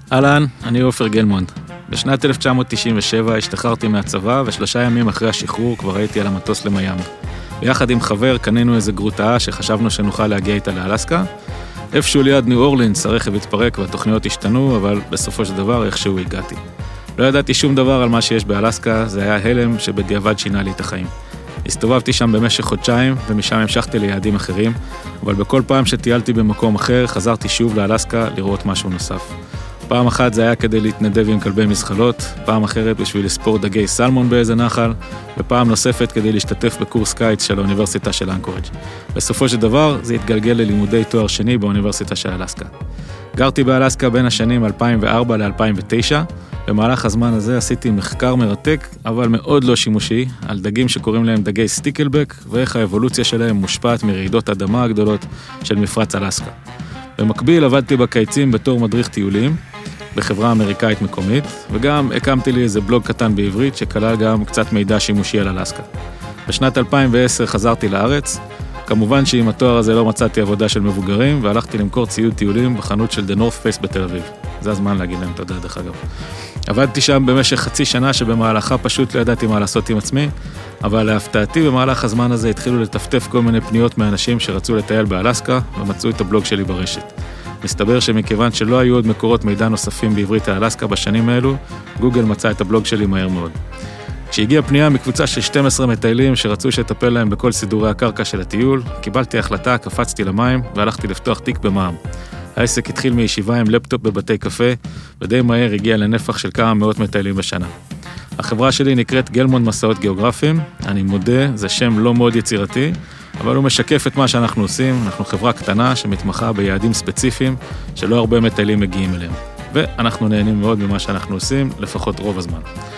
אהלן, אני עופר גלמונד. בשנת 1997 השתחררתי מהצבא, ו3 ימים אחרי השחרור כבר הייתי על המטוס למיאמי. ביחד עם חבר קנינו איזה גרוטאה שחשבנו שנוכל להגיע איתה לאלסקה. איפשהו ליד ניו אורלינס הרכב התפרק והתוכניות השתנו, אבל בסופו של דבר איכשהו הגעתי. לא ידעתי שום דבר על מה שיש באלסקה, זה היה הלם שבדיעבד שינה לי את החיים. הסתובבתי שם במשך חודשיים, ומשם המשכתי ליעדים אחרים, אבל בכל פעם שטיילתי במקום אחר, חזרתי שוב לאלסקה לראות משהו נוסף. פעם אחת זה היה כדי להתנדב עם כלבי מזחלות, פעם אחרת בשביל לספור דגי סלמון באיזה נחל, ופעם נוספת כדי להשתתף בקורס קיץ של האוניברסיטה של אנקורג'. בסופו של דבר זה התגלגל ללימודי תואר שני באוניברסיטה של אלסקה. גרתי באלסקה בין השנים 2004 ל-2009, במהלך הזמן הזה עשיתי מחקר מרתק, אבל מאוד לא שימושי, על דגים שקוראים להם דגי סטיקלבק, ואיך האבולוציה שלהם מושפעת מרעידות אדמה הגדולות של מפרץ אלסקה. במקביל עבדתי בקיצים בתור מדריך טיולים, בחברה אמריקאית מקומית, וגם הקמתי לי איזה בלוג קטן בעברית שכלל גם קצת מידע שימושי על אלסקה. בשנת 2010 חזרתי לארץ, כמובן שעם התואר הזה לא מצאתי עבודה של מבוגרים, והלכתי למכור ציוד טיולים בחנות של The North Face בתל אביב. זה הזמן להגיד להם תודה דרך אגב. עבדתי שם במשך חצי שנה שבמהלכה פשוט לא ידעתי מה לעשות עם עצמי, אבל להפתעתי במהלך הזמן הזה התחילו לטפטף כל מיני פניות מאנשים שרצו לטייל באלסקה, ומצאו את הבלוג שלי ברשת. מסתבר שמכיוון שלא היו עוד מקורות מידע נוספים בעברית על אלסקה בשנים האלו, גוגל מצא את הבלוג שלי מהר מאוד. כשהגיעה פנייה מקבוצה של 12 מטיילים שרצו שטפל להם בכל סידורי הקרקע של הטיול, קיבלתי החלטה, קפצתי למים והלכתי לפתוח תיק במע"מ. העסק התחיל מישיבה עם לפטופ בבתי קפה, ודי מהר הגיע לנפח של כמה מאות מטיילים בשנה. החברה שלי נקראת גלמונד מסעות גיאוגרפיים, אני מודה, זה שם לא מאוד יצירתי, אבל הוא משקף את מה שאנחנו עושים. אנחנו חברה קטנה שמתמחה ביעדים ספציפיים שלא הרבה מטיילים מגיעים אליהם. ואנחנו נהנים מאוד ממה שאנחנו עושים, לפחות רוב הזמן.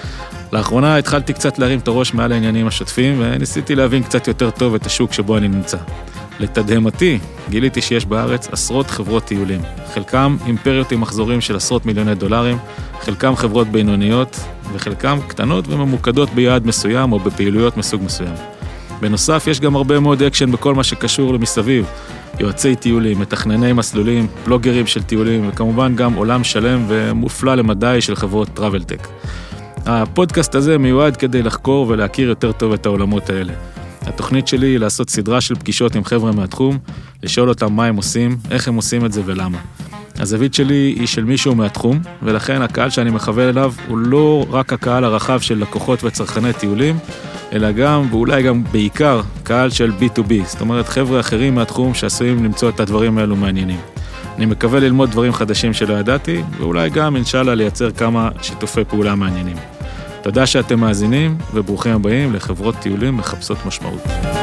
לאחרונה התחלתי קצת להרים את הראש מעל העניינים השוטפים, וניסיתי להבין קצת יותר טוב את השוק שבו אני נמצא. לתדהמתי, גיליתי שיש בארץ עשרות חברות טיולים. חלקם אימפריות עם מחזורים של עשרות מיליוני דולרים, חלקם חברות בינוניות, וחלקם קטנות וממוקדות ביעד מסוים או בפעילויות מסוג מסוים. בנוסף, יש גם הרבה מאוד אקשן בכל מה שקשור למסביב. יועצי טיולים, מתכנני מסלולים, בלוגרים של טיולים, וכמובן גם עולם שלם ומופלא למדי של חברות טראבל-טק. הפודקאסט הזה מיועד כדי לחקור ולהכיר יותר טוב את העולמות האלה. התוכנית שלי היא לעשות סדרה של פגישות עם חבר'ה מהתחום, לשאול אותם מה הם עושים, איך הם עושים את זה ולמה. הזווית שלי היא של מישהו מהתחום, ולכן הקהל שאני מכוון אליו הוא לא רק הקהל הרחב של לקוחות וצרכני טיולים, אלא גם, ואולי גם בעיקר, קהל של B2B, זאת אומרת חבר'ה אחרים מהתחום שעשויים למצוא את הדברים האלו מעניינים. אני מקווה ללמוד דברים חדשים שלא ידעתי, ואולי גם אינשאללה לייצר כמה שיתופי פעולה מעניינים. תודה שאתם מאזינים, וברוכים הבאים לחברות טיולים מחפשות משמעות.